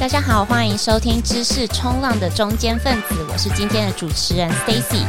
大家好，欢迎收听知识冲浪的中间分子，我是今天的主持人 Stacy。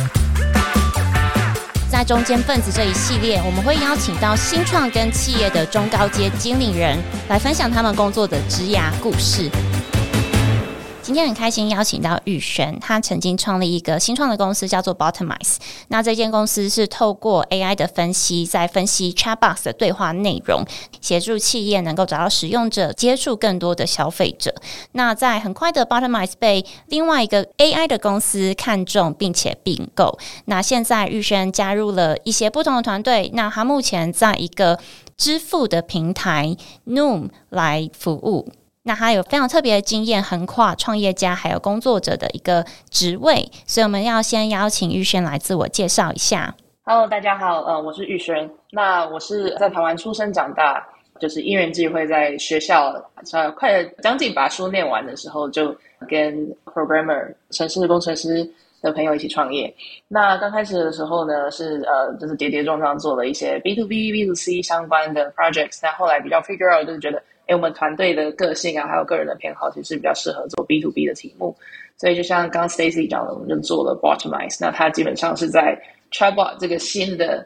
在中间分子这一系列，我们会邀请到新创跟企业的中高阶经理人来分享他们工作的职涯故事。今天很开心邀请到玉瑄，他曾经创立一个新创的公司叫做 Bottomize。 那这间公司是透过 AI 的分析，在分析 Chatbox 的对话内容，协助企业能够找到使用者，接触更多的消费者。那在很快的 Bottomize 被另外一个 AI 的公司看中并且并购。那现在玉瑄加入了一些不同的团队，那他目前在一个支付的平台 Noom 来服务。那他有非常特别的经验，横跨创业家还有工作者的一个职位，所以我们要先邀请玉瑄来自我介绍一下。 Hello， 大家好，我是玉瑄。那我是在台湾出生长大，就是因缘际会在学校快将近把书念完的时候，就跟 programmer 程式工程师的朋友一起创业。那刚开始的时候呢，是就是跌跌撞撞做了一些 B2B、B2C 相关的 projects。那后来比较 figure out 就是觉得我们团队的个性啊，还有个人的偏好，其实比较适合做 B2B 的题目，所以就像刚刚 Stacy 讲的，我们就做了 Bottomize。 那它基本上是在 Chatbot 这个新的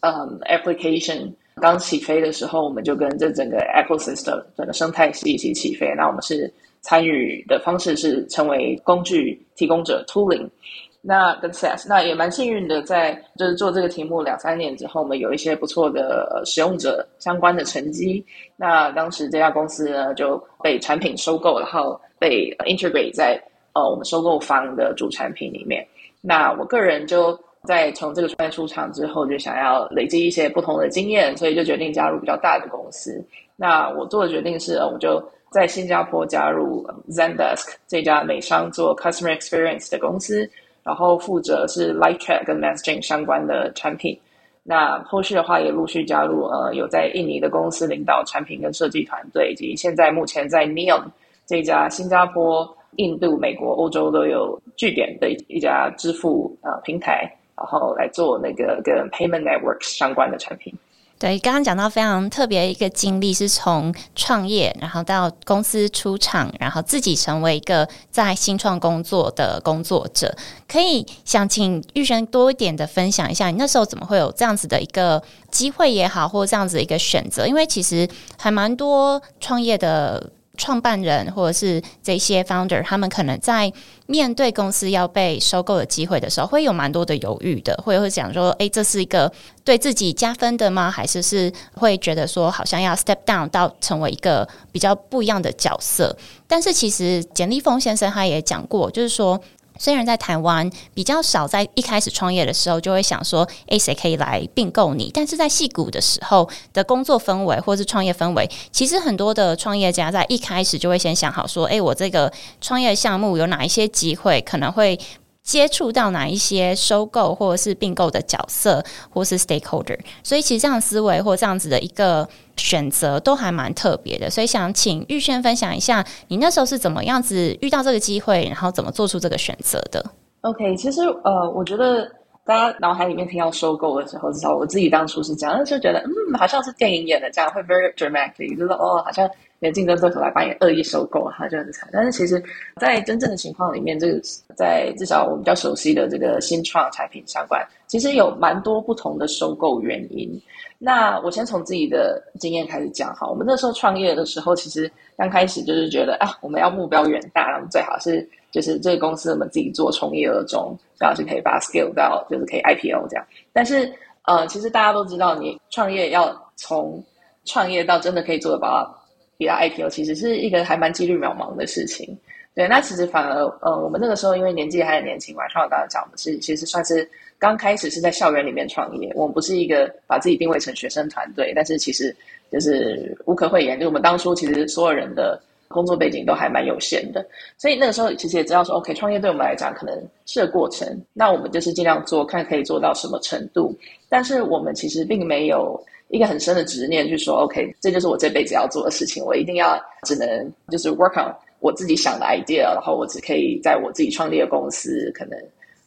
application 刚起飞的时候，我们就跟这整个 ecosystem 整个生态系一起起飞。那我们是参与的方式是成为工具提供者 tooling， 那跟 SaaS。 那也蛮幸运的，在就是做这个题目2-3年之后，我们有一些不错的使用者相关的成绩。那当时这家公司呢就被产品收购，然后被 integrate 在我们收购方的主产品里面。那我个人就在从这个创业出场之后，就想要累积一些不同的经验，所以就决定加入比较大的公司。那我做的决定是我就在新加坡加入 Zendesk 这家美商做 customer experience 的公司，然后负责是 Live Chat 跟 Messaging 相关的产品。那后续的话也陆续加入有在印尼的公司领导产品跟设计团队，以及现在目前在 Neon 这家新加坡、印度、美国、欧洲都有据点的一家支付平台，然后来做那个跟 Payment Networks 相关的产品。 对，刚刚讲到非常特别一个经历，是从创业然后到公司出场，然后自己成为一个在新创工作的工作者。可以想请玉瑄多一点的分享一下，你那时候怎么会有这样子的一个机会也好，或这样子的一个选择？因为其实还蛮多创业的创办人或者是这些 founder， 他们可能在面对公司要被收购的机会的时候，会有蛮多的犹豫的，会想说这是一个对自己加分的吗？还是会觉得说好像要 step down 到成为一个比较不一样的角色。但是其实简立峰先生他也讲过，就是说虽然在台湾比较少在一开始创业的时候就会想说谁可以来并购你，但是在矽谷的时候的工作氛围或是创业氛围，其实很多的创业家在一开始就会先想好说我这个创业项目有哪一些机会，可能会接触到哪一些收购或者是并购的角色或是 stakeholder， 所以其实这样的思维或这样子的一个选择都还蛮特别的。所以想请玉瑄分享一下你那时候是怎么样子遇到这个机会，然后怎么做出这个选择的。 OK， 其实我觉得大家脑海里面听到收购的时候，至少我自己当初是这样，就觉得好像是电影演的这样，会 very dramatic， 就是好像你的竞争对手来把你恶意收购，它就很惨。但是其实在真正的情况里面，这个在至少我们比较熟悉的这个新创产品相关，其实有蛮多不同的收购原因。那我先从自己的经验开始讲好。我们那时候创业的时候，其实刚开始就是觉得我们要目标远大，我们最好是就是这个公司我们自己做，从一而终，最好是可以把它 scale 到就是可以 IPO 这样。但是其实大家都知道，你创业要从创业到真的可以做得把它比它 IPO， 其实是一个还蛮几率渺茫的事情。对，那其实反而我们那个时候因为年纪还很年轻嘛，像我刚刚讲，我们是其实算是刚开始是在校园里面创业，我们不是一个把自己定位成学生团队，但是其实就是无可讳言，就我们当初其实所有人的工作背景都还蛮有限的，所以那个时候其实也知道说 OK， 创业对我们来讲可能是个过程，那我们就是尽量做，看可以做到什么程度，但是我们其实并没有一个很深的执念去说 OK， 这就是我这辈子要做的事情，我一定要只能就是 work on 我自己想的 idea， 然后我只可以在我自己创立的公司可能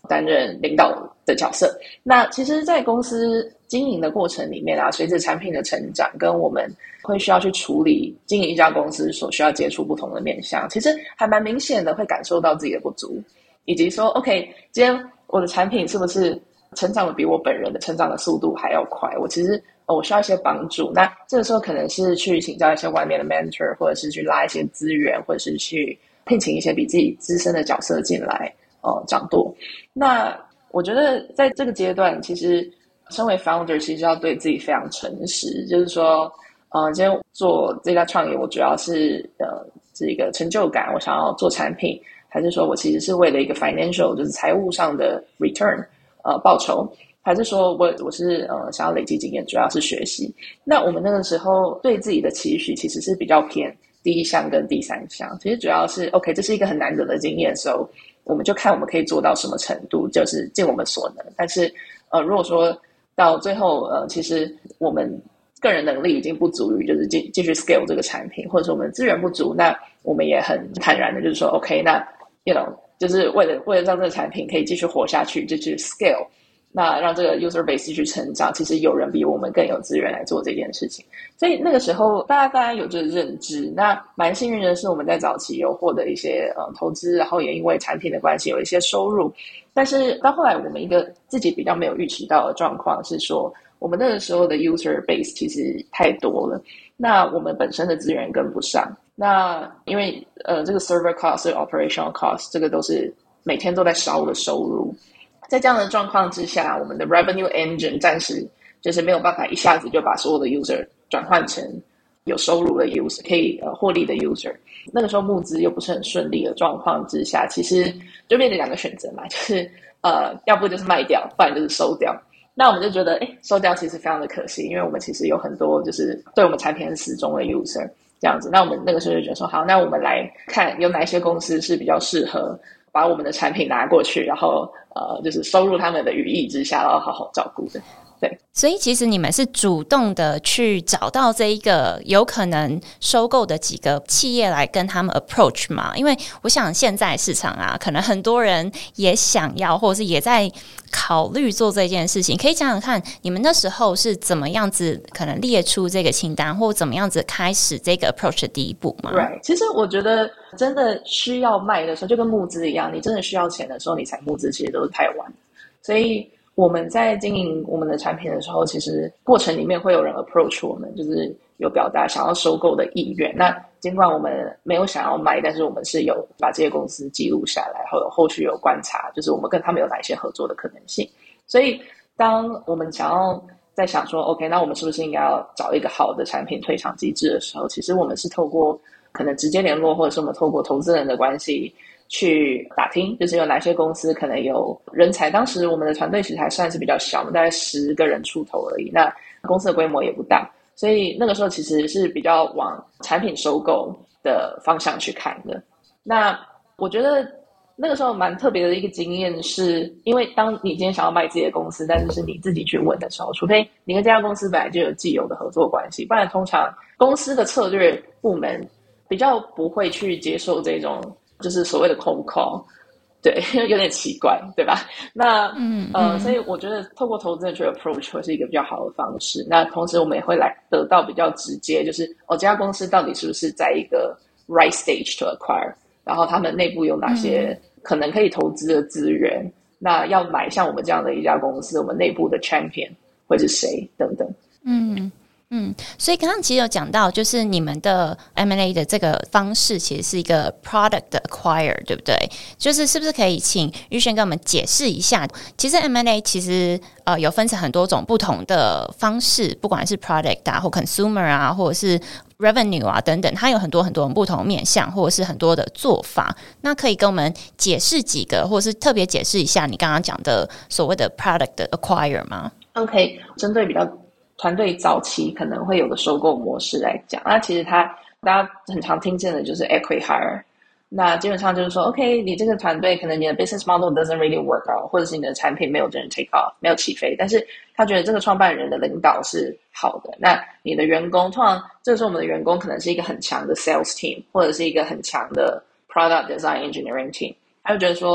担任领导的角色。那其实在公司经营的过程里面啊，随着产品的成长跟我们会需要去处理经营一家公司所需要接触不同的面向，其实还蛮明显的会感受到自己的不足，以及说 OK 今天我的产品是不是成长的比我本人的成长的速度还要快，我其实我需要一些帮助。那这个时候可能是去请教一些外面的 mentor， 或者是去拉一些资源，或者是去聘请一些比自己资深的角色进来掌舵。那我觉得在这个阶段，其实身为 founder 其实要对自己非常诚实，就是说今天做这家创业，我主要是这一个成就感，我想要做产品，还是说我其实是为了一个 financial 就是财务上的 return 报酬，还是说我是想要累积经验，主要是学习。那我们那个时候对自己的期许其实是比较偏第一项跟第三项，其实主要是 OK 这是一个很难得的经验，所以我们就看我们可以做到什么程度，就是尽我们所能。但是如果说到最后其实我们个人能力已经不足以就是继续 scale 这个产品，或者说我们资源不足，那我们也很坦然的就是说 OK 那 you know 就是为了让这个产品可以继续活下去，就去 scale， 那让这个 user base 继续成长，其实有人比我们更有资源来做这件事情。所以那个时候大家有这个认知，那蛮幸运的是我们在早期有获得一些投资，然后也因为产品的关系有一些收入。但是到后来我们一个自己比较没有预期到的状况是说，我们那个时候的 user base 其实太多了，那我们本身的资源跟不上。那因为这个 server cost 这个 operational cost 这个都是每天都在烧的收入，在这样的状况之下，我们的 revenue engine 暂时就是没有办法一下子就把所有的 user 转换成有收入的 user， 可以获利的 user。那个时候募资又不是很顺利的状况之下，其实就面临两个选择嘛，就是要不就是卖掉，不然就是收掉。那我们就觉得收掉其实非常的可惜，因为我们其实有很多就是对我们产品很死忠的 user 这样子。那我们那个时候就觉得说，好，那我们来看有哪一些公司是比较适合把我们的产品拿过去，然后就是收入他们的羽翼之下，然后好好照顾的。对， 所以其实你们是主动的去找到这一个有可能收购的几个企业来跟他们 approach 嘛？因为我想现在市场啊，可能很多人也想要，或者是也在考虑做这件事情。可以讲讲看，你们那时候是怎么样子可能列出这个清单，或怎么样子开始这个 approach 的第一步吗？ Right， 其实我觉得真的需要卖的时候，就跟募资一样，你真的需要钱的时候，你才募资，其实都是太晚。所以我们在经营我们的产品的时候，其实过程里面会有人 approach 我们，就是有表达想要收购的意愿。那尽管我们没有想要卖，但是我们是有把这些公司记录下来，还有后续有观察，就是我们跟他们有哪一些合作的可能性。所以当我们想要在想说 OK 那我们是不是应该要找一个好的产品退场机制的时候，其实我们是透过可能直接联络，或者是我们透过投资人的关系去打听，就是有哪些公司可能有人才。当时我们的团队其实还算是比较小，我们大概10个人出头而已，那公司的规模也不大，所以那个时候其实是比较往产品收购的方向去看的。那我觉得那个时候蛮特别的一个经验是，因为当你今天想要卖自己的公司，但是是你自己去问的时候，除非你跟这家公司本来就有既有的合作关系，不然通常公司的策略部门比较不会去接受这种就是所谓的 cold call， 对，有点奇怪，对吧？那所以我觉得透过投资人去 approach 会是一个比较好的方式。那同时我们也会来得到比较直接，就是这家公司到底是不是在一个 right stage to acquire， 然后他们内部有哪些可能可以投资的资源，那要买像我们这样的一家公司，我们内部的 champion 会是谁等等。 所以刚刚其实有讲到，就是你们的 M&A 的这个方式其实是一个 product acquire， 对不对？就是是不是可以请玉轩跟我们解释一下？其实 M&A 其实有分成很多种不同的方式，不管是 product 啊，或 consumer 啊，或者是 revenue 啊等等，它有很多很多不同面向，或者是很多的做法。那可以跟我们解释几个，或者是特别解释一下你刚刚讲的所谓的 product acquire 吗？ OK， 针对比较团队早期可能会有的收购模式来讲，那其实大家很常听见的就是 acqui-hire。那基本上就是说 OK 你这个团队可能你的 business model doesn't really work out， 或者是你的产品没有真正 take off， 没有起飞，但是他觉得这个创办人的领导是好的，那你的员工通常这个时候我们的员工可能是一个很强的 sales team， 或者是一个很强的 product design engineering team， 他就觉得说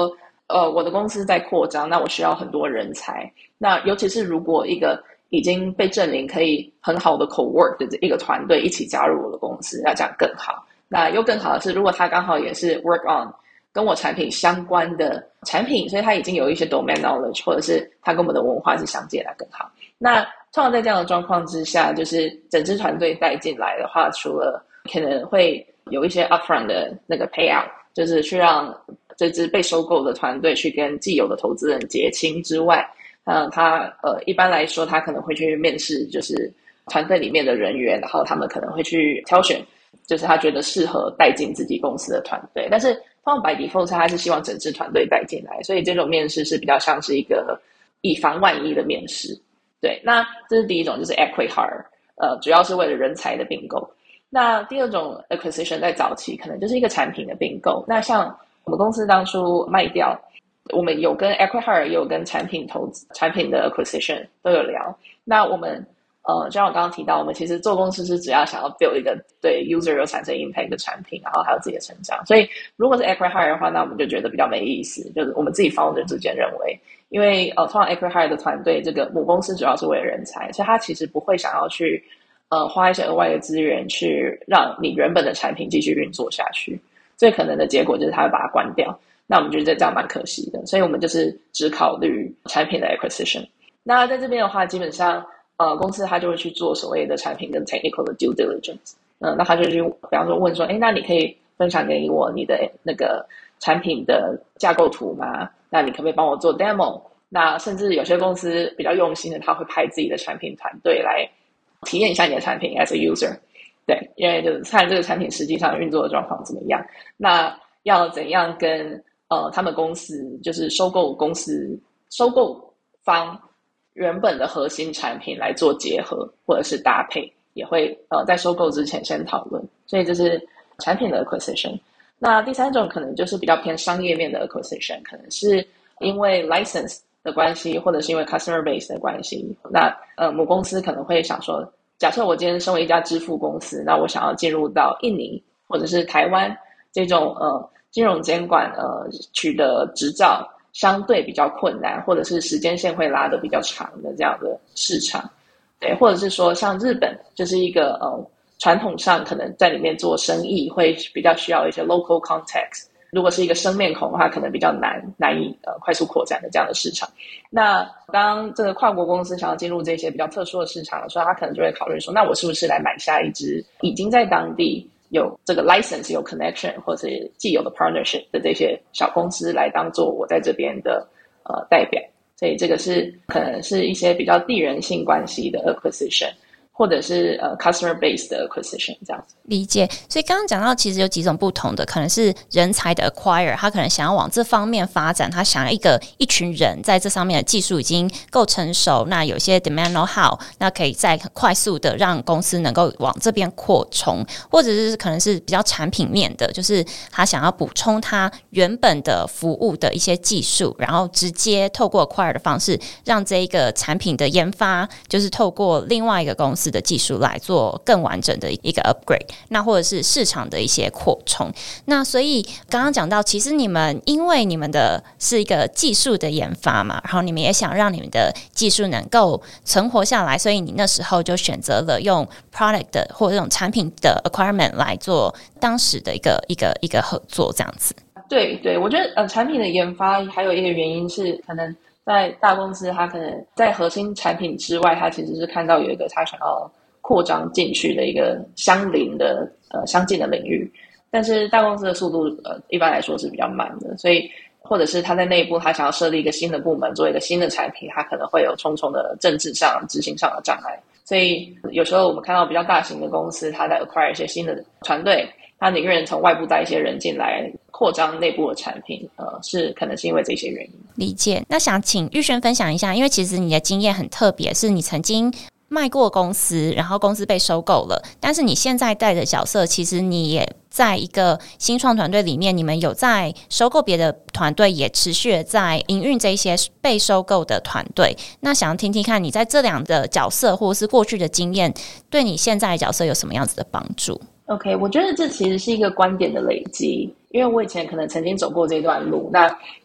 我的公司在扩张，那我需要很多人才，那尤其是如果一个已经被证明可以很好的 co-work 的一个团队一起加入我的公司，那这样更好。那又更好的是，如果他刚好也是 work on 跟我产品相关的产品，所以他已经有一些 domain knowledge， 或者是他跟我们的文化是相近，那更好。那通常在这样的状况之下，就是整支团队带进来的话，除了可能会有一些 upfront 的那个 payout， 就是去让这支被收购的团队去跟既有的投资人结清之外，他一般来说他可能会去面试，就是团队里面的人员，然后他们可能会去挑选，就是他觉得适合带进自己公司的团队。但是通常 by default 他还是希望整支团队带进来，所以这种面试是比较像是一个以防万一的面试。对，那这是第一种，就是 acqui-hire， 主要是为了人才的并购。那第二种 acquisition 在早期可能就是一个产品的并购。那像我们公司当初卖掉，我们有跟 acqui-hire 也有跟产品投资、产品的 acquisition 都有聊。那我们就像我刚刚提到，我们其实做公司是只要想要 build 一个对 user 有产生 impact 的产品，然后还有自己的成长。所以如果是 acqui-hire 的话，那我们就觉得比较没意思，就是我们自己 founder 之间认为，因为通常 acqui-hire 的团队，这个母公司主要是为了人才，所以他其实不会想要去花一些额外的资源去让你原本的产品继续运作下去。最可能的结果就是他会把它关掉。那我们觉得这样蛮可惜的，所以我们就是只考虑产品的 acquisition。那在这边的话，基本上公司他就会去做所谓的产品跟 technical 的 due diligence。那他就去比方说问说，那你可以分享给我你的那个产品的架构图吗？那你可不可以帮我做 demo？ 那甚至有些公司比较用心的，他会派自己的产品团队来体验一下你的产品 as a user。对，因为就是看这个产品实际上运作的状况怎么样。那要怎样跟他们公司就是收购方原本的核心产品来做结合或者是搭配，也会在收购之前先讨论。所以这是产品的 acquisition。那第三种可能就是比较偏商业面的 acquisition， 可能是因为 license 的关系，或者是因为 customer base 的关系。那母公司可能会想说，假设我今天身为一家支付公司，那我想要进入到印尼或者是台湾这种金融监管取得执照相对比较困难，或者是时间线会拉得比较长的这样的市场。对，或者是说像日本就是一个传统上可能在里面做生意会比较需要一些 local context， 如果是一个生面孔的话，可能比较难以快速扩展的这样的市场。那当这个跨国公司想要进入这些比较特殊的市场的时候，他可能就会考虑说，那我是不是来买下一支已经在当地有这个 license 有 connection 或者是既有的 partnership 的这些小公司来当做我在这边的代表。所以这个是可能是一些比较地缘性关系的 acquisition， 或者是customer base 的 acquisition 这样子。 理解。所以刚刚讲到其实有几种不同的，可能是人才的 acquire， 他可能想要往这方面发展，他想要一群人在这上面的技术已经够成熟，那有些 demand know how， 那可以再快速的让公司能够往这边扩充，或者是可能是比较产品面的，就是他想要补充他原本的服务的一些技术，然后直接透过 acquire 的方式让这一个产品的研发就是透过另外一个公司的技术来做更完整的一个 upgrade， 那或者是市场的一些扩充。那所以刚刚讲到，其实因为你们的是一个技术的研发嘛，然后你们也想让你们的技术能够存活下来，所以你那时候就选择了用 product 的或者这种产品的 acquirement 来做当时的一个合作这样子。 对，我觉得产品的研发还有一个原因是，可能在大公司它可能在核心产品之外，它其实是看到有一个它想要扩张进去的一个相近的领域，但是大公司的速度一般来说是比较慢的，所以或者是他在内部他想要设立一个新的部门做一个新的产品，他可能会有重重的政治上执行上的障碍。所以有时候我们看到比较大型的公司，他在 acquire 一些新的团队，他宁愿从外部带一些人进来扩张内部的产品，可能是因为这些原因。 理解。那想请玉瑄分享一下，因为其实你的经验很特别，是你曾经卖过公司，然后公司被收购了，但是你现在带的角色，其实你也在一个新创团队里面，你们有在收购别的团队，也持续的在营运这些被收购的团队。那想要听听看你在这两个角色或是过去的经验，对你现在的角色有什么样子的帮助？ OK， 我觉得这其实是一个观点的累积，因为我以前可能曾经走过这段路，那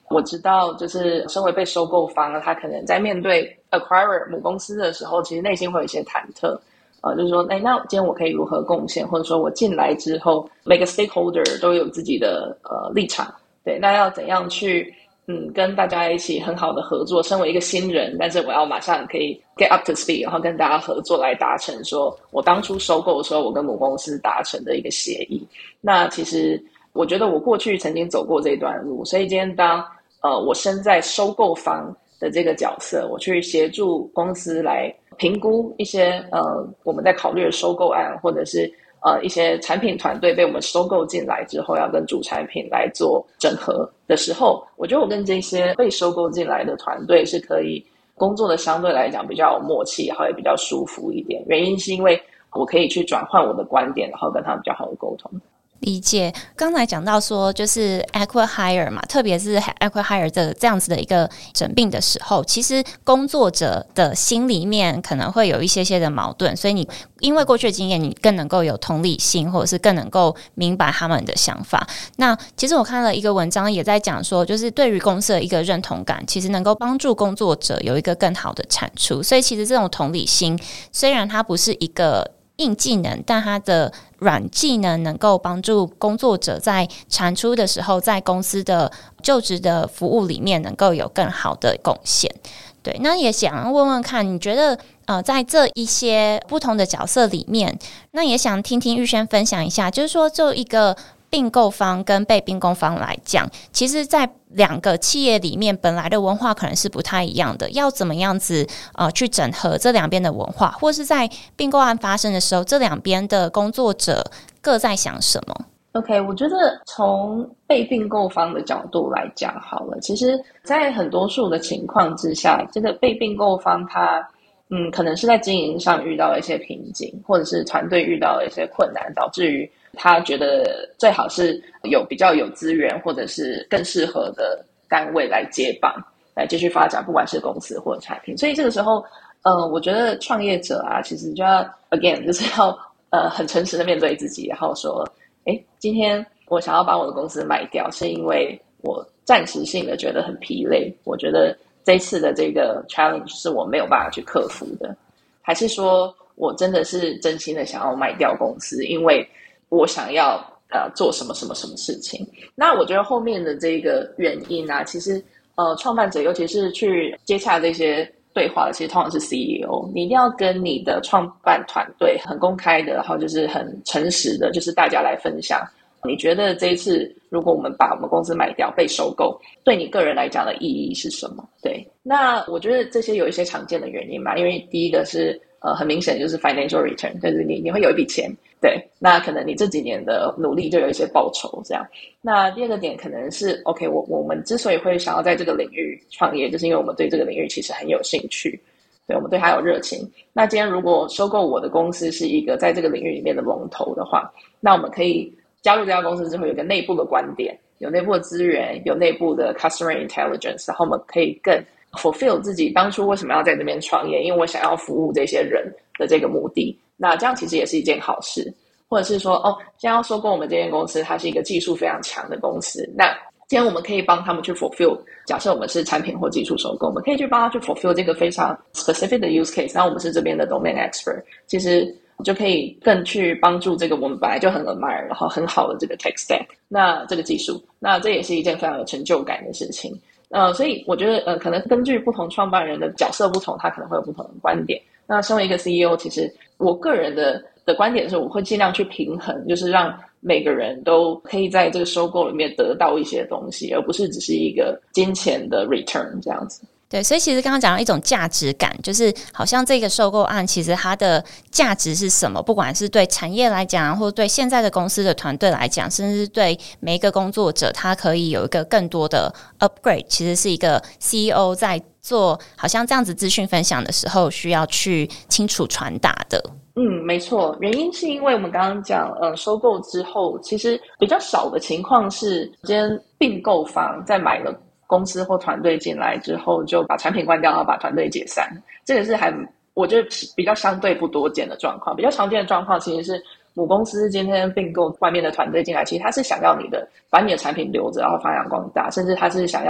我知道就是身为被收购方，他可能在面对 acquirer 母公司的时候，其实内心会有一些忐忑。就是说，那今天我可以如何贡献，或者说我进来之后，每个 stakeholder 都有自己的立场，对，那要怎样去跟大家一起很好的合作？身为一个新人，但是我要马上可以 get up to speed， 然后跟大家合作来达成说我当初收购的时候我跟母公司达成的一个协议。那其实我觉得我过去曾经走过这段路，所以今天当我身在收购方的这个角色，我去协助公司来评估一些我们在考虑的收购案，或者是一些产品团队被我们收购进来之后要跟主产品来做整合的时候，我觉得我跟这些被收购进来的团队是可以工作的相对来讲比较有默契，然后也比较舒服一点。原因是因为我可以去转换我的观点，然后跟他们比较好的沟通。 理解，刚才讲到说就是 acqui-hire 嘛，特别是 acqui-hire 这样子的一个整并的时候，其实工作者的心里面可能会有一些的矛盾，所以你因为过去的经验，你更能够有同理心，或者是更能够明白他们的想法。那其实我看了一个文章也在讲说，就是对于公司的一个认同感，其实能够帮助工作者有一个更好的产出。所以其实这种同理心虽然它不是一个硬技能，但它的软技能能够帮助工作者在产出的时候，在公司的就职的服务里面能够有更好的贡献。对，那也想问问看，你觉得在这一些不同的角色里面，那也想听听玉轩分享一下，就是说就一个并购方跟被并购方来讲，其实在两个企业里面本来的文化可能是不太一样的，要怎么样子去整合这两边的文化，或是在并购案发生的时候，这两边的工作者各在想什么？ OK， 我觉得从被并购方的角度来讲好了，其实在很多数的情况之下，这个被并购方他可能是在经营上遇到了一些瓶颈，或者是团队遇到了一些困难，导致于他觉得最好是比较有资源，或者是更适合的单位来接棒，来继续发展，不管是公司或者产品。所以这个时候我觉得创业者啊，其实就要 again 就是要很诚实的面对自己，然后说今天我想要把我的公司卖掉，是因为我暂时性的觉得很疲累，我觉得这一次的这个 challenge 是我没有办法去克服的，还是说我真的是真心的想要卖掉公司，因为我想要做什么什么什么事情。那我觉得后面的这个原因啊，其实创办者尤其是去接洽这些对话的，其实通常是 CEO， 你一定要跟你的创办团队很公开的，然后就是很诚实的，就是大家来分享你觉得这一次如果我们把我们公司买掉被收购，对你个人来讲的意义是什么。对，那我觉得这些有一些常见的原因嘛，因为第一个是很明显就是 financial return， 就是你会有一笔钱，对，那可能你这几年的努力就有一些报酬这样。那第二个点可能是 OK， 我们之所以会想要在这个领域创业，就是因为我们对这个领域其实很有兴趣，对，我们对它有热情。那今天如果收购我的公司是一个在这个领域里面的龙头的话，那我们可以加入这家公司之后有个内部的观点，有内部的资源，有内部的 customer intelligence， 然后我们可以更 fulfill 自己当初为什么要在这边创业，因为我想要服务这些人的这个目的。那这样其实也是一件好事。或者是说现在要收购我们这间公司，它是一个技术非常强的公司，那今天我们可以帮他们去 fulfill， 假设我们是产品或技术收购，我们可以去帮他去 fulfill 这个非常 specific 的 use case， 那我们是这边的 domain expert， 其实就可以更去帮助这个我们本来就很 admire 然后很好的这个 tech stack， 那这个技术，那这也是一件非常有成就感的事情。所以我觉得可能根据不同创办人的角色不同，他可能会有不同的观点。那身为一个 CEO， 其实我个人的观点是，我会尽量去平衡，就是让每个人都可以在这个收购里面得到一些东西，而不是只是一个金钱的 return 这样子。 对，所以其实刚刚讲到一种价值感，就是好像这个收购案其实它的价值是什么，不管是对产业来讲，或对现在的公司的团队来讲，甚至对每一个工作者，他可以有一个更多的 upgrade， 其实是一个 CEO 在做好像这样子资讯分享的时候需要去清楚传达的。 没错，原因是因为我们刚刚讲收购之后，其实比较少的情况是今天并购方在买了公司或团队进来之后就把产品关掉，然后把团队解散，这个是我觉得比较相对不多见的状况。比较常见的状况其实是母公司今天并购外面的团队进来，其实他是想要把你的产品留着，然后发扬光大，甚至他是想要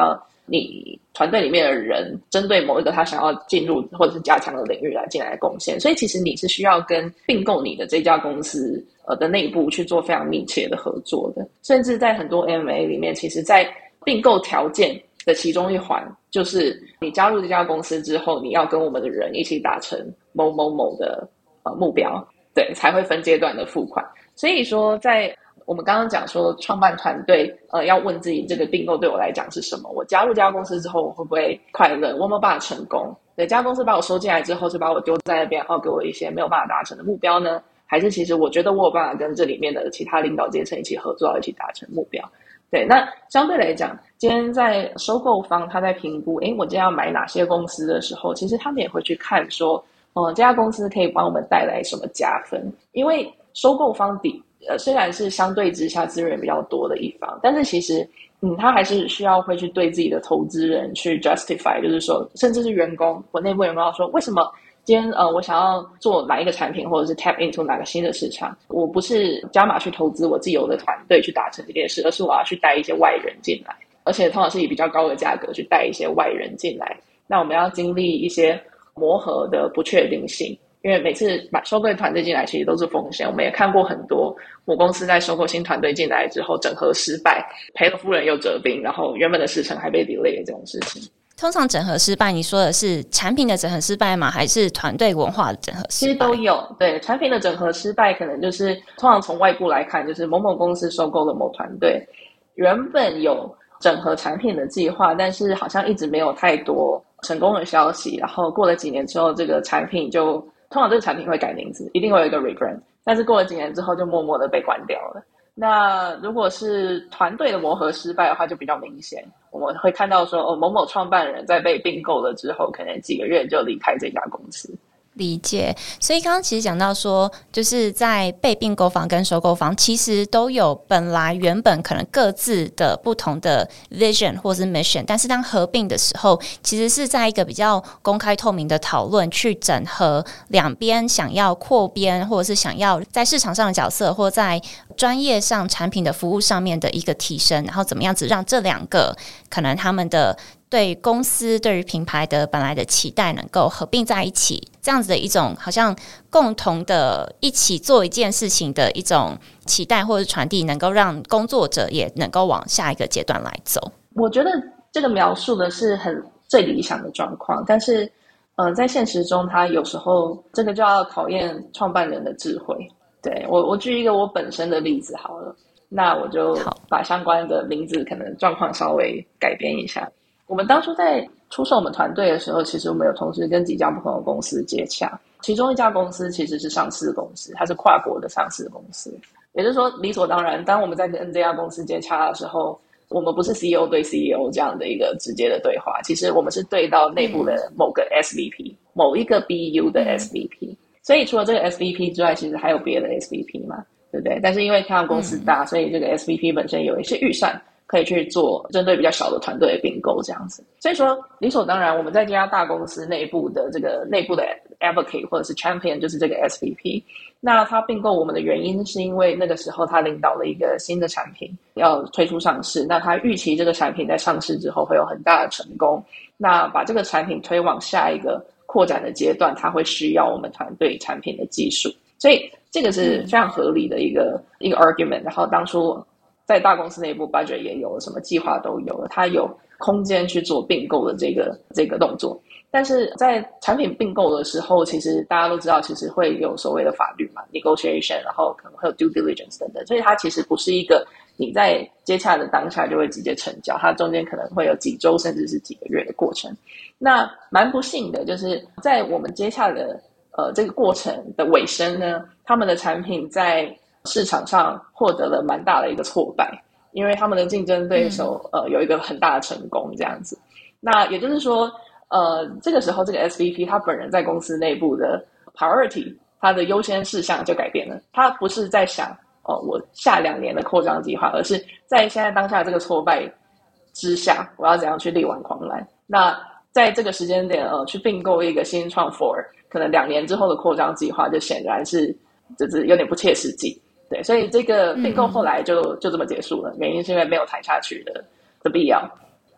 你团队里面的人针对某一个他想要进入或者是加强的领域来进来贡献，所以其实你是需要跟并购你的这家公司的内部去做非常密切的合作的，甚至在很多 M&A 里面，其实在并购条件的其中一环就是你加入这家公司之后，你要跟我们的人一起达成某某某的目标，对，才会分阶段的付款。所以说在我们刚刚讲说创办团队要问自己这个并购对我来讲是什么，我加入这家公司之后我会不会快乐，我有没有办法成功，对，这家公司把我收进来之后是把我丢在那边，然后给我一些没有办法达成的目标呢，还是其实我觉得我有办法跟这里面的其他领导阶层一起合作，一起达成目标。对，那相对来讲，今天在收购方他在评估我今天要买哪些公司的时候，其实他们也会去看说这家公司可以帮我们带来什么加分。因为收购方虽然是相对之下资源比较多的一方，但是其实他还是需要会去对自己的投资人去 justify， 就是说甚至是员工，我内部员工要说为什么今天我想要做哪一个产品，或者是 tap into 哪个新的市场，我不是加码去投资我自己有的团队去达成这件事，而是我要去带一些外人进来，而且通常是以比较高的价格去带一些外人进来。那我们要经历一些磨合的不确定性，因为每次收购团队进来其实都是风险，我们也看过很多母公司在收购新团队进来之后整合失败，赔了夫人又折兵，然后原本的事成还被 delay 这种事情。 通常整合失败，你说的是产品的整合失败吗？还是团队文化的整合失败？ 其实都有。对，产品的整合失败可能就是通常从外部来看，就是某某公司收购了某团队，原本有整合产品的计划，但是好像一直没有太多成功的消息，然后过了几年之后，这个产品就通常这个产品会改名字，一定会有一个 rebrand， 但是过了几年之后就默默的被关掉了。那如果是团队的磨合失败的话，就比较明显，我们会看到说某某创办人在被并购了之后，可能几个月就离开这家公司。 理解。所以刚刚其实讲到说，就是在被并购方跟收购方其实都有本来原本可能各自的不同的 vision 或是 mission， 但是当合并的时候，其实是在一个比较公开透明的讨论去整合两边想要扩编，或者是想要在市场上的角色，或在专业上产品的服务上面的一个提升，然后怎么样子让这两个可能他们的对公司对于品牌的本来的期待能够合并在一起，这样子的一种好像共同的一起做一件事情的一种期待或者传递，能够让工作者也能够往下一个阶段来走。 我觉得这个描述的是最理想的状况，但是在现实中它有时候这个就要考验创办人的智慧。对，我举一个我本身的例子好了，那我就把相关的名字可能状况稍微改变一下。我们当初在出售我们团队的时候，其实我们有同时跟几家不同的公司接洽，其中一家公司其实是上市公司，它是跨国的上市公司，也就是说理所当然，当我们在跟这家公司接洽的时候，我们不是 CEO 对 CEO 这样的一个直接的对话，其实我们是对到内部的某个 SVP， 某一个 BU 的 SVP， 所以除了这个 SVP 之外，其实还有别的 SVP 嘛，对不对？但是因为看公司大，所以这个 SVP 本身有一些预算可以去做针对比较小的团队的并购这样子。所以说理所当然，我们在这家大公司内部的这个内部的 advocate 或者是 champion 就是这个 SVP， 那他并购我们的原因是因为那个时候他领导了一个新的产品要推出上市，那他预期这个产品在上市之后会有很大的成功，那把这个产品推往下一个扩展的阶段，他会需要我们团队产品的技术，所以这个是非常合理的一个 argument。 然后当初在大公司内部 budget 也有了，什么计划都有了，它有空间去做并购的这个动作。但是在产品并购的时候，其实大家都知道，其实会有所谓的法律嘛 negotiation， 然后可能会有 due diligence 等等，所以它其实不是一个你在接洽的当下就会直接成交，它中间可能会有几周甚至是几个月的过程。那蛮不幸的就是在我们接洽的这个过程的尾声呢，他们的产品在市场上获得了蛮大的一个挫败，因为他们的竞争对手有一个很大的成功这样子。那也就是说这个时候这个 SVP 他本人在公司内部的 priority， 他的优先事项就改变了，他不是在想我下2年的扩张计划，而是在现在当下这个挫败之下，我要怎样去力挽狂澜。那在这个时间点去并购一个新创 for 可能2年之后的扩张计划，就显然是就是有点不切实际。对，所以这个并购后来就这么结束了，原因是因为没有谈下去的必要。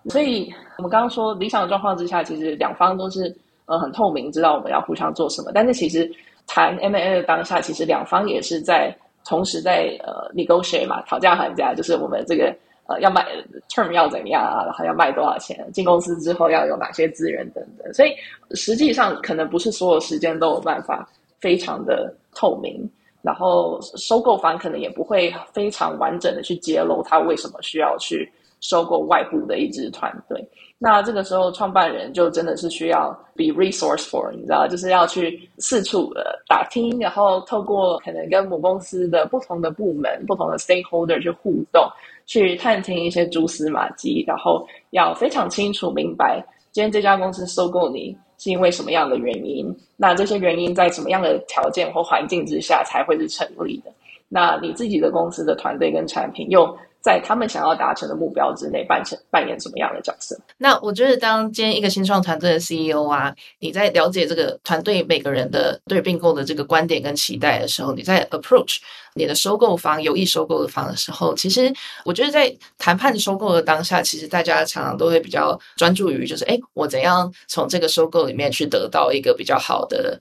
所以我们刚刚说理想的状况之下，其实两方都是很透明，知道我们要互相做什么。但是其实谈 M&A 的当下，其实两方也是在同时在negotiate 嘛，讨价还价，就是我们这个要卖 term 要怎么样啊，然后要卖多少钱，进公司之后要有哪些资源等等。所以实际上可能不是所有时间都有办法非常的透明。然后收购方可能也不会非常完整的去揭露他为什么需要去收购外部的一支团队。那这个时候创办人就真的是需要 be resourceful， 你知道，就是要去四处打听，然后透过可能跟母公司的不同的部门、不同的 stakeholder 去互动，去探听一些蛛丝马迹，然后要非常清楚明白今天这家公司收购你是因为什么样的原因，那这些原因在什么样的条件或环境之下才会是成立的，那你自己的公司的团队跟产品又在他们想要达成的目标之内扮演什么样的角色。 那我觉得当今天一个新创团队的 CEO 啊，你在了解这个团队每个人的对并购的这个观点跟期待的时候，你在 approach你的收购方有意收购的方的时候，其实我觉得在谈判收购的当下，其实大家常常都会比较专注于就是我怎样从这个收购里面去得到一个比较好的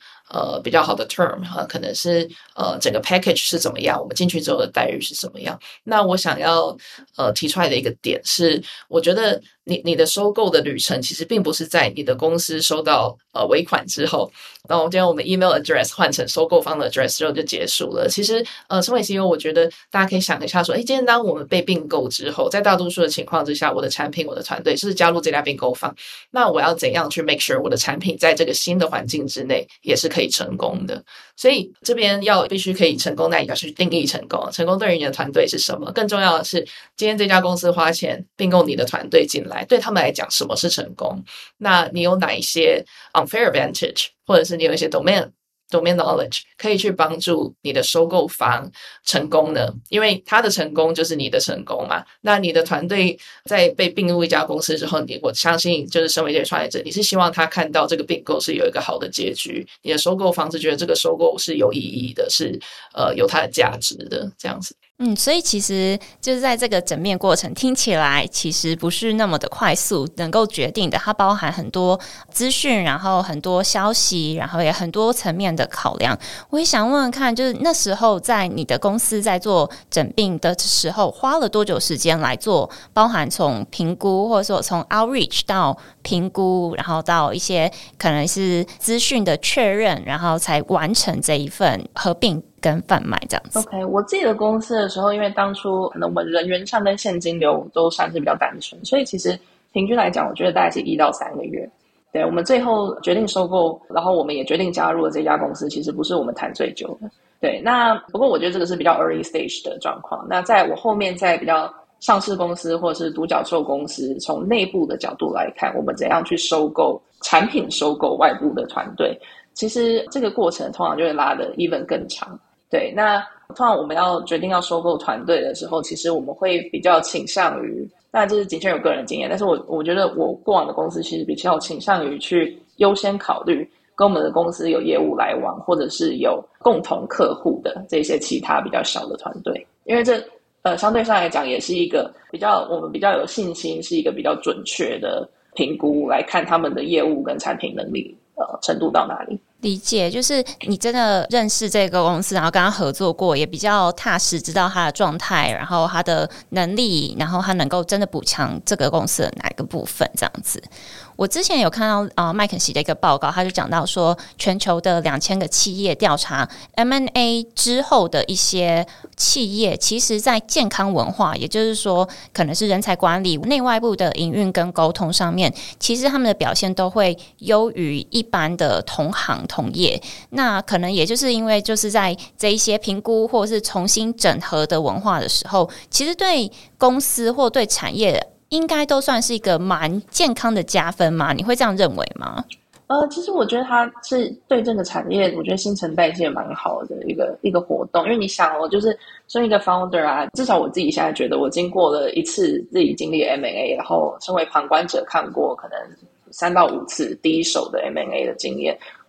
term，可能是整个 package 是怎么样，我们进去之后的待遇是怎么样。那我想要提出来的一个点是，我觉得你的收购的旅程其实并不是在你的公司收到尾款之后，然后今天我们 email address 换成收购方的 address 之后就结束了。其实身为 CEO， 我觉得大家可以想一下说，今天当我们被并购之后，在大多数的情况之下，我的产品我的团队是加入这家并购方，那我要怎样去 make sure 我的产品在这个新的环境之内也是可以成功的。所以这边必须可以成功，那你要去定义成功，成功对于你的团队是什么，更重要的是今天这家公司花钱并购你的团队进来，对他们来讲什么是成功，那你有哪一些 unfair advantage， 或者是你有一些 domain knowledge 可以去帮助你的收购方成功呢？因为他的成功就是你的成功嘛。那你的团队在被并入一家公司之后，我相信就是身为这个创业者，你是希望他看到这个并购是有一个好的结局，你的收购方是觉得这个收购是有意义的，是有它的价值的，这样子。 所以其实就是在这个整面过程听起来其实不是那么的快速能够决定的，它包含很多资讯，然后很多消息，然后也很多层面的考量。我也想问问看，就是那时候在你的公司在做整并的时候花了多久时间来做，包含从评估或者说从 outreach 到评估，然后到一些可能是资讯的确认，然后才完成这一份合并跟贩卖这样子。 OK， 我自己的公司的时候，因为当初可能我们人员上跟现金流都算是比较单纯，所以其实平均来讲我觉得大概是1到3个月。对，我们最后决定收购，然后我们也决定加入了这家公司，其实不是我们谈最久的。对，那不过我觉得这个是比较 early stage 的状况。那在我后面在比较上市公司或是独角兽公司，从内部的角度来看，我们怎样去收购产品，收购外部的团队，其实这个过程通常就会拉得 even 更长。对，那通常我们要决定要收购团队的时候，其实我们会比较倾向于，当然这是仅限有个人经验，但是我觉得我过往的公司其实比较倾向于去优先考虑跟我们的公司有业务来往，或者是有共同客户的这些其他比较小的团队，因为这相对上来讲也是一个我们比较有信心，是一个比较准确的评估来看他们的业务跟产品能力程度到哪里。 理解，就是你真的认识这个公司，然后跟他合作过，也比较踏实，知道他的状态，然后他的能力，然后他能够真的补强这个公司的哪一个部分这样子。我之前有看到麦肯锡的一个报告，他就讲到说，全球的2000个企业调查 M&A 之后的一些企业，其实在健康文化，也就是说可能是人才管理、内外部的营运跟沟通上面，其实他们的表现都会优于一般的同行同业。那可能也就是因为就是在这一些评估或是重新整合的文化的时候，其实对公司或对产业应该都算是一个蛮健康的加分吗？你会这样认为吗？ 其实我觉得它是对这个产业，我觉得新陈代谢蛮好的一个活动。因为你想就是身为一个 founder 啊，至少我自己现在觉得，我经过了一次自己经历 M&A， 然后身为旁观者看过可能3到5次第一手的 M&A 的经验，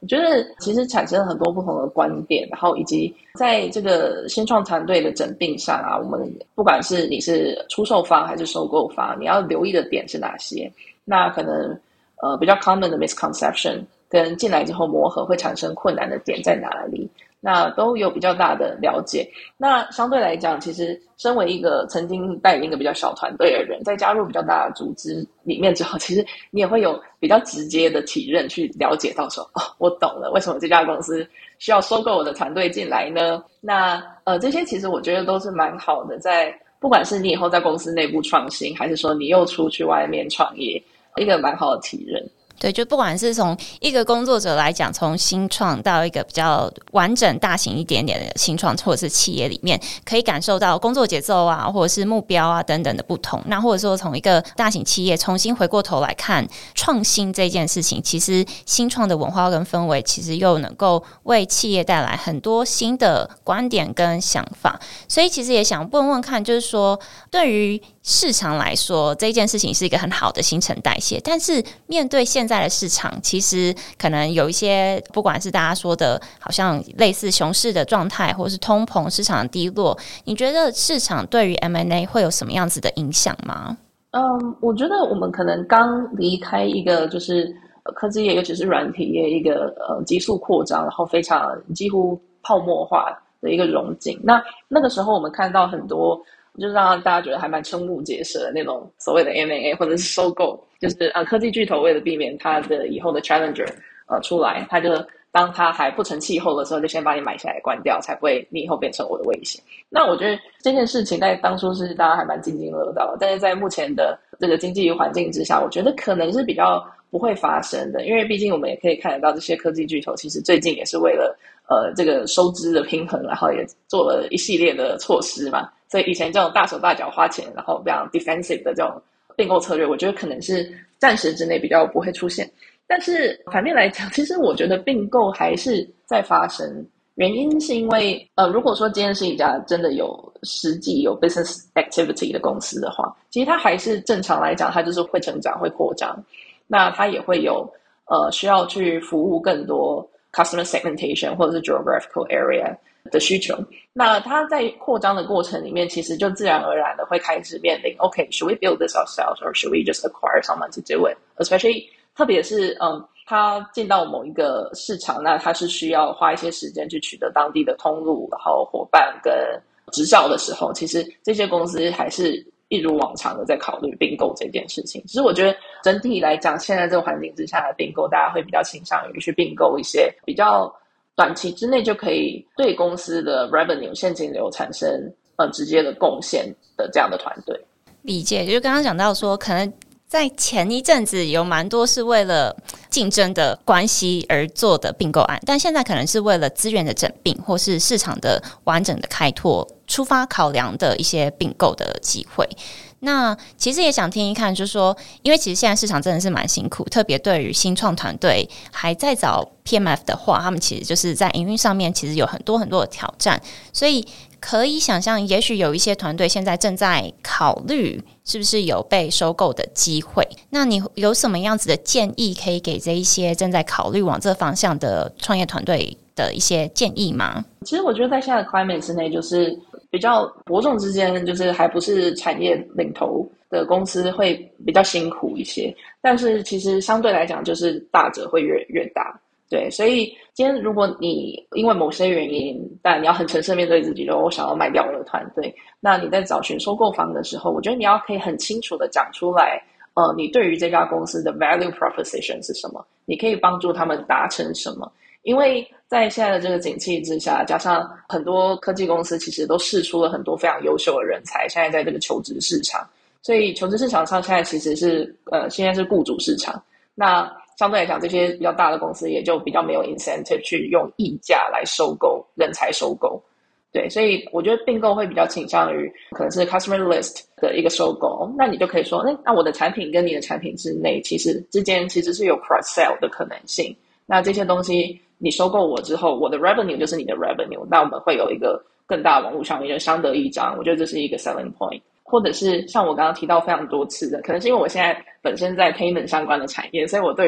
我觉得其实产生了很多不同的观点，然后以及在这个新创团队的整并上啊，我们不管是你是出售方还是收购方，你要留意的点是哪些？那可能比较 common 的 misconception 跟进来之后磨合会产生困难的点在哪里？那都有比较大的了解。那相对来讲，其实身为一个曾经带领一个比较小团队的人，在加入比较大的组织里面之后，其实你也会有比较直接的体认去了解到说，哦，我懂了，为什么这家公司需要收购我的团队进来呢？那这些其实我觉得都是蛮好的，在不管是你以后在公司内部创新，还是说你又出去外面创业，一个蛮好的体认。 对，就不管是从一个工作者来讲，从新创到一个比较完整大型一点点的新创或者是企业里面，可以感受到工作节奏啊，或者是目标啊等等的不同。那或者说从一个大型企业重新回过头来看创新这件事情，其实新创的文化跟氛围其实又能够为企业带来很多新的观点跟想法。所以其实也想问问看，就是说对于市场来说，这件事情是一个很好的新陈代谢，但是面对现在的市场，其实可能有一些不管是大家说的好像类似熊市的状态，或是通膨市场的低落，你觉得市场对于 M&A 会有什么样子的影响吗？ 我觉得我们可能刚离开一个就是科技业，尤其是软体业一个急速扩张，然后非常几乎泡沫化的一个荣景。那个时候我们看到很多就是让大家觉得还蛮瞠目结舌的那种所谓的 M&A 或者是收购，就是科技巨头为了避免它的以后的 challenger 出来，他就当他还不成气候的时候，就先把你买下来关掉，才不会你以后变成我的威胁。那我觉得这件事情在当初是大家还蛮津津乐道的，但是在目前的这个经济环境之下，我觉得可能是比较不会发生的，因为毕竟我们也可以看得到这些科技巨头其实最近也是为了这个收支的平衡，然后也做了一系列的措施嘛。所以以前这种大手大脚花钱，然后非常 defensive 的这种并购策略，我觉得可能是暂时之内比较不会出现。但是反面来讲，其实我觉得并购还是在发生，原因是因为如果说今天是一家真的有实际有 business activity 的公司的话，其实它还是正常来讲，它就是会成长会扩张，那它也会有需要去服务更多 customer segmentation 或者是 geographical area 的需求。那它在扩张的过程里面，其实就自然而然的会开始面临 OK, should we build this ourselves or should we just acquire someone to do it? Especially 特别是它进到某一个市场，那它是需要花一些时间去取得当地的通路，然后伙伴跟执照的时候，其实这些公司还是一如往常的在考虑并购这件事情。其实我觉得整体来讲，现在这个环境之下的并购，大家会比较倾向于去并购一些比较短期之内就可以对公司的 revenue 现金流产生直接的贡献的这样的团队。 理解，就刚刚讲到说，可能在前一阵子有蛮多是为了竞争的关系而做的并购案，但现在可能是为了资源的整并或是市场的完整的开拓出发考量的一些并购的机会。那其实也想听一看，就是说，因为其实现在市场真的是蛮辛苦，特别对于新创团队还在找 PMF 的话，他们其实就是在营运上面其实有很多很多的挑战，所以可以想象，也许有一些团队现在正在考虑是不是有被收购的机会。那你有什么样子的建议可以给这一些正在考虑往这方向的创业团队的一些建议吗？ 其实我觉得在现在的 climate 之内，就是比较伯仲之间，就是还不是产业领头的公司会比较辛苦一些，但是其实相对来讲，就是大者会越大。对，所以今天如果你因为某些原因，但你要很诚实面对自己，我想要卖掉我的团队，那你在找寻收购方的时候，我觉得你要可以很清楚的讲出来，你对于这家公司的 value proposition 是什么，你可以帮助他们达成什么。因为在现在的这个景气之下，加上很多科技公司其实都释出了很多非常优秀的人才，现在在这个求职市场，所以求职市场上现在其实是现在是雇主市场，那相对来讲，这些比较大的公司也就比较没有 incentive 去用溢价来收购人才收购。对，所以我觉得并购会比较倾向于可能是 customer list 的一个收购，那你就可以说，那我的产品跟你的产品之内之间其实是有 cross sell 的可能性。那这些东西你收购我之后，我的 revenue 就是你的 revenue， 那我们会有一个更大的网络效应，就相得益彰。我觉得这是一个 selling point。或者是像我刚刚提到非常多次的，可能是因为我现在本身在 payment 相关的产业，所以我对于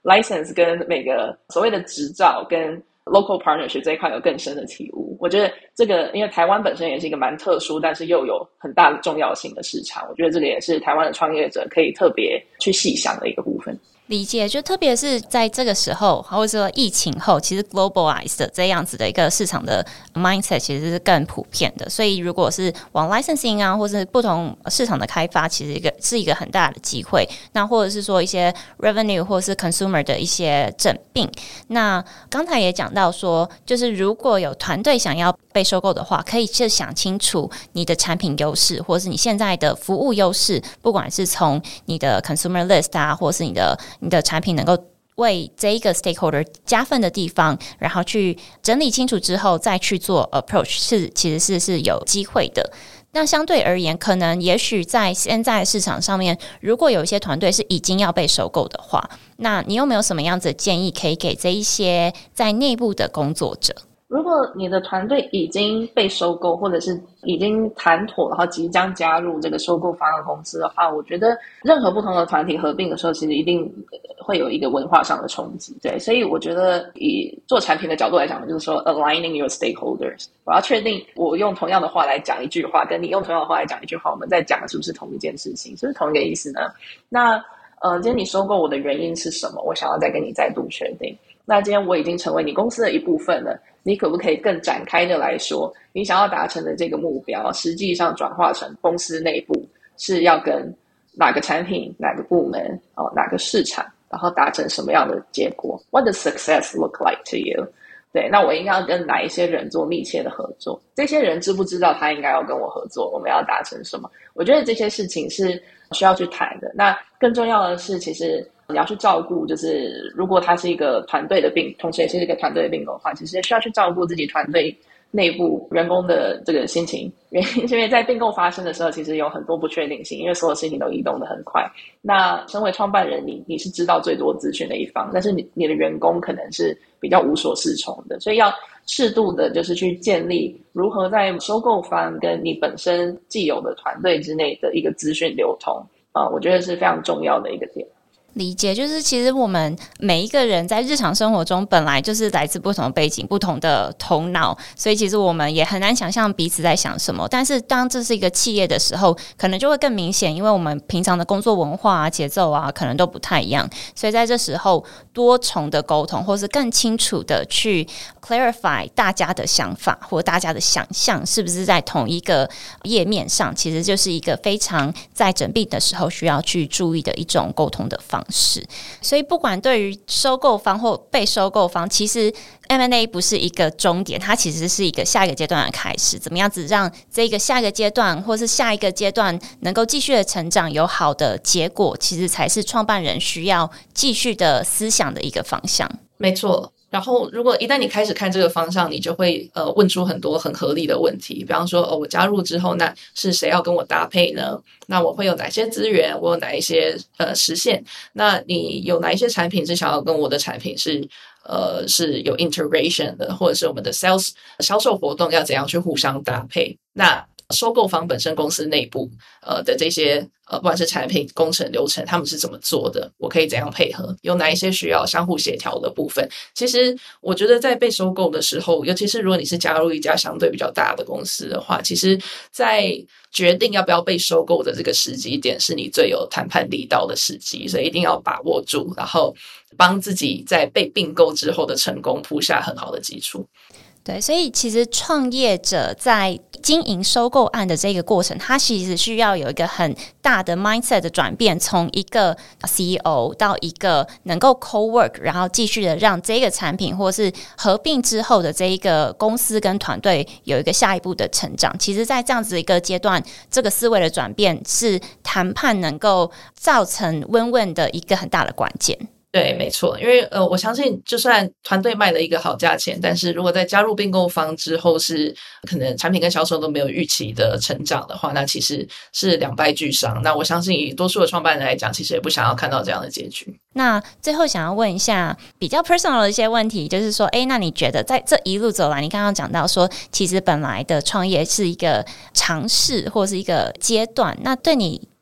license 跟每个所谓的执照跟 local partnership 这一块有更深的体悟。我觉得这个因为台湾本身也是一个蛮特殊但是又有很大的重要性的市场，我觉得这个也是台湾的创业者可以特别去细想的一个部分。 理解，就特别是在这个时候，或者说疫情后，其实 globalized 的这样子的一个市场的 mindset 其实是更普遍的。所以如果是往 licensing 啊，或是不同市场的开发，其实是一个很大的机会。那或者是说一些 revenue 或是 consumer 的一些整并。那刚才也讲到说，就是如果有团队想要被收购的话，可以去想清楚你的产品优势，或是你现在的服务优势，不管是从你的 consumer list 啊，或是你的产品能够为这一个 stakeholder 加分的地方，然后去整理清楚之后再去做 approach， 其实是有机会的。那相对而言，可能也许在现在市场上面，如果有一些团队是已经要被收购的话，那你有没有什么样子的建议可以给这一些在内部的工作者？ 如果你的团队已经被收购，或者是已经谈妥，然后即将加入这个收购方的公司的话，我觉得任何不同的团体合并的时候，其实一定会有一个文化上的冲击。对，所以我觉得以做产品的角度来讲，就是说 aligning your stakeholders， 我要确定我用同样的话来讲一句话，跟你用同样的话来讲一句话，我们在讲的是不是同一件事情，是不是同一个意思呢？那今天你收购我的原因是什么？我想要再跟你再度确定。那今天我已经成为你公司的一部分了，你可不可以更展开的来说，你想要达成的这个目标，实际上转化成公司内部是要跟哪个产品、哪个部门、哪个市场，然后达成什么样的结果 ？What does success look like to you？ 对，那我应该要跟哪一些人做密切的合作？这些人知不知道他应该要跟我合作？我们要达成什么？我觉得这些事情是需要去谈的。那更重要的是，其实你要去照顾，就是如果它是一个团队的并，同时也是一个团队的并购的话，其实需要去照顾自己团队内部员工的这个心情。原因是因为在并购发生的时候，其实有很多不确定性，因为所有事情都移动得很快。那身为创办人，你是知道最多资讯的一方，但是你的员工可能是比较无所适从的，所以要适度的就是去建立如何在收购方跟你本身既有的团队之内的一个资讯流通我觉得是非常重要的一个点。 理解，就是其实我们每一个人在日常生活中本来就是来自不同的背景、不同的头脑，所以其实我们也很难想象彼此在想什么。但是当这是一个企业的时候，可能就会更明显，因为我们平常的工作文化啊、节奏啊，可能都不太一样。所以在这时候，多重的沟通，或是更清楚的去 clarify 大家的想法或大家的想象，是不是在同一个页面上，其实就是一个非常在整并的时候需要去注意的一种沟通的方式。所以不管对于收购方或被收购方，其实 M&A 不是一个终点，它其实是一个下一个阶段的开始。怎么样子让这个下一个阶段或是下一个阶段能够继续的成长，有好的结果，其实才是创办人需要继续的思想的一个方向。 没错。然后如果一旦你开始看这个方向，你就会问出很多很合理的问题，比方说我加入之后，那是谁要跟我搭配呢？那我会有哪些资源？我有哪一些实现？那你有哪一些产品是想要跟我的产品是有 integration 的，或者是我们的销售活动要怎样去互相搭配？那收购方本身公司内部的这些不管是产品、工程、流程，他们是怎么做的？我可以怎样配合？有哪一些需要相互协调的部分？其实我觉得在被收购的时候，尤其是如果你是加入一家相对比较大的公司的话，其实在决定要不要被收购的这个时机点，是你最有谈判力道的时机，所以一定要把握住，然后帮自己在被并购之后的成功铺下很好的基础。 对，所以其实创业者在经营收购案的这个过程，他其实需要有一个很大的 mindset 的转变，从一个 CEO 到一个能够 co-work， 然后继续的让这个产品或是合并之后的这一个公司跟团队有一个下一步的成长。其实在这样子一个阶段，这个思维的转变是谈判能够造成 win-win 的一个很大的关键。 对，没错，因为我相信就算团队卖了一个好价钱，但是如果在加入并购方之后是可能产品跟销售都没有预期的成长的话，那其实是两败俱伤。那我相信以多数的创办人来讲，其实也不想要看到这样的结局。 那最后想要问一下比较 personal 的一些问题，就是说那你觉得在这一路走来，你刚刚讲到说其实本来的创业是一个尝试或是一个阶段，那对你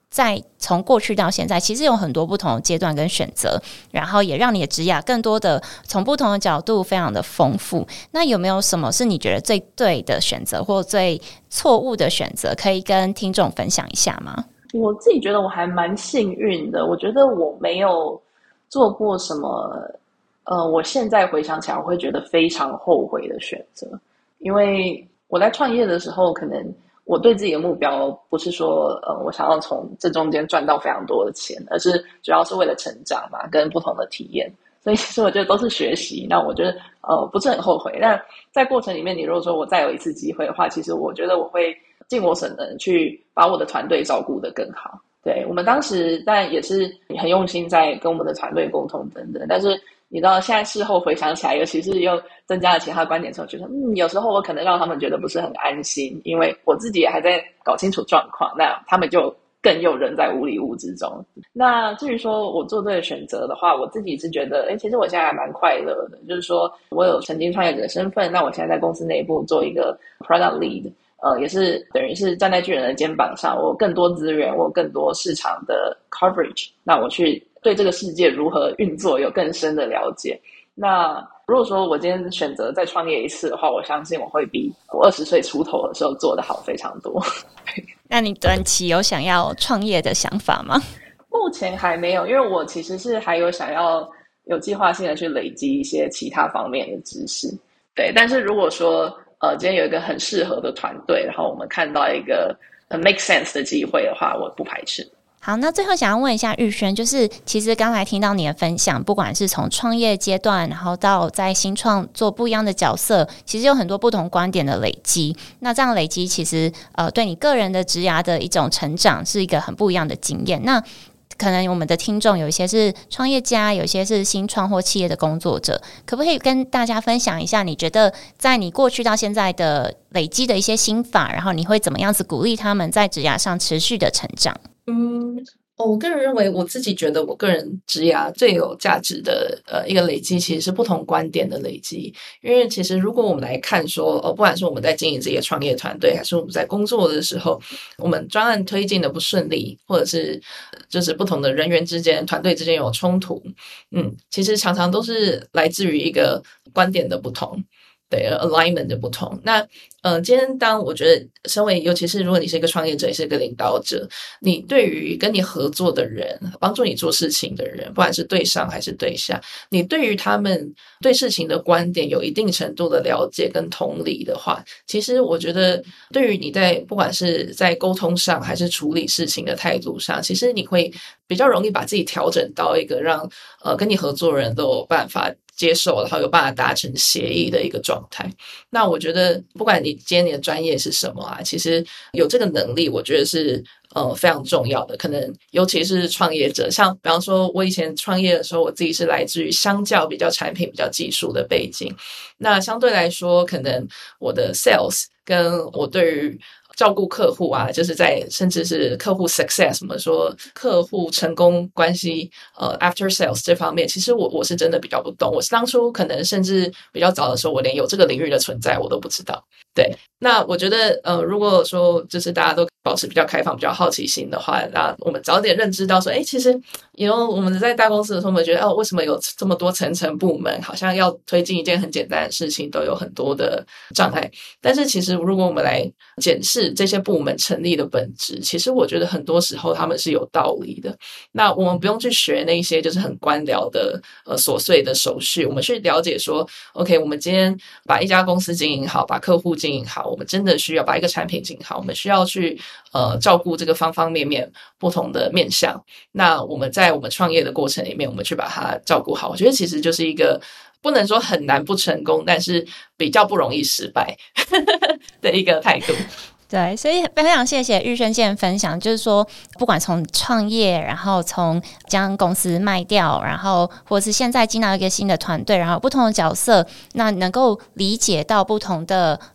在从过去到现在，其实有很多不同的阶段跟选择，然后也让你的职涯更多的从不同的角度非常的丰富。那有没有什么是你觉得最对的选择或最错误的选择，可以跟听众分享一下吗？ 我自己觉得我还蛮幸运的，我觉得我没有做过什么我现在回想起来我会觉得非常后悔的选择。因为我在创业的时候，可能我对自己的目标不是说我想要从这中间赚到非常多的钱，而是主要是为了成长嘛，跟不同的体验。所以其实我觉得都是学习，那我觉得不是很后悔。但在过程里面，你如果说我再有一次机会的话，其实我觉得我会尽我所能去把我的团队照顾得更好。对，我们当时当然也是很用心在跟我们的团队沟通等等，但是你知道现在事后回想起来，尤其是又增加了其他观点之后，觉得有时候我可能让他们觉得不是很安心，因为我自己也还在搞清楚状况，那他们就更又人在雾里雾之中。那至于说我做对的选择的话，我自己是觉得其实我现在还蛮快乐的，就是说我有曾经创业者的身份，那我现在在公司内部做一个 product lead，也是等于是站在巨人的肩膀上，我有更多资源，我有更多市场的 coverage， 那我去对这个世界如何运作有更深的了解。那如果说我今天选择再创业一次的话，我相信我会比我20岁出头的时候做得好非常多。 那你短期有想要创业的想法吗？ 目前还没有，因为我其实是还有想要有计划性的去累积一些其他方面的知识。对，但是如果说今天有一个很适合的团队，然后我们看到一个很 make sense 的机会的话，我不排斥。 好，那最后想要问一下玉轩，就是其实刚才听到你的分享，不管是从创业阶段，然后到在新创做不一样的角色，其实有很多不同观点的累积。那这样累积其实对你个人的职涯的一种成长是一个很不一样的经验。那可能我们的听众有一些是创业家，有一些是新创或企业的工作者，可不可以跟大家分享一下，你觉得在你过去到现在的累积的一些心法，然后你会怎么样子鼓励他们在职涯上持续的成长？ 我个人认为，我自己觉得我个人职涯最有价值的一个累积，其实是不同观点的累积。因为其实如果我们来看说，不管是我们在经营自己的创业团队，还是我们在工作的时候，我们专案推进的不顺利，或者是就是不同的人员之间、团队之间有冲突，其实常常都是来自于一个观点的不同。对 alignment 的不同。那今天当我觉得身为尤其是如果你是一个创业者，也是一个领导者，你对于跟你合作的人，帮助你做事情的人，不管是对上还是对下，你对于他们对事情的观点有一定程度的了解跟同理的话，其实我觉得对于你在不管是在沟通上还是处理事情的态度上，其实你会比较容易把自己调整到一个让跟你合作的人都有办法接受，然后有办法达成协议的一个状态。那我觉得不管你今天你的专业是什么啊，其实有这个能力我觉得是非常重要的。可能尤其是创业者，像比方说我以前创业的时候，我自己是来自于相较比较产品比较技术的背景，那相对来说可能我的 sales 跟我对于照顾客户啊，就是在甚至是客户 success 什么说客户成功关系after sales 这方面，其实我是真的比较不懂。我当初可能甚至比较早的时候，我连有这个领域的存在我都不知道。对，那我觉得如果说就是大家都保持比较开放比较好奇心的话，那我们早点认知到说其实我们在大公司的时候，我们觉得为什么有这么多层部门，好像要推进一件很简单的事情都有很多的障碍。但是其实如果我们来检视这些部门成立的本质，其实我觉得很多时候他们是有道理的。那我们不用去学那些就是很官僚的琐碎的手续，我们去了解说 OK 我们今天把一家公司经营好，把客户经营好，我们真的需要把一个产品经营好，我们需要去照顾这个方方面面不同的面向。那我们在我们创业的过程里面，我们去把它照顾好，我觉得其实就是一个不能说很难不成功，但是比较不容易失败的一个态度。 对，所以非常谢谢玉轩现在分享，就是说不管从创业，然后从将公司卖掉，然后或是现在进到一个新的团队，然后不同的角色，那能够理解到不同的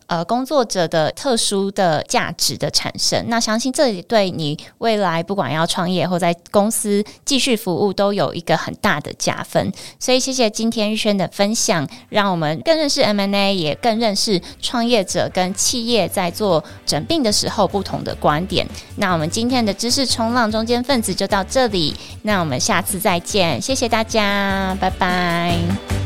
工作者的特殊的价值的产生。那相信这里对你未来不管要创业或在公司继续服务都有一个很大的加分。所以谢谢今天玉轩的分享，让我们更认识 M&A， 也更认识创业者跟企业在做整并的时候不同的观点。那我们今天的知识冲浪中间分子就到这里，那我们下次再见，谢谢大家，拜拜。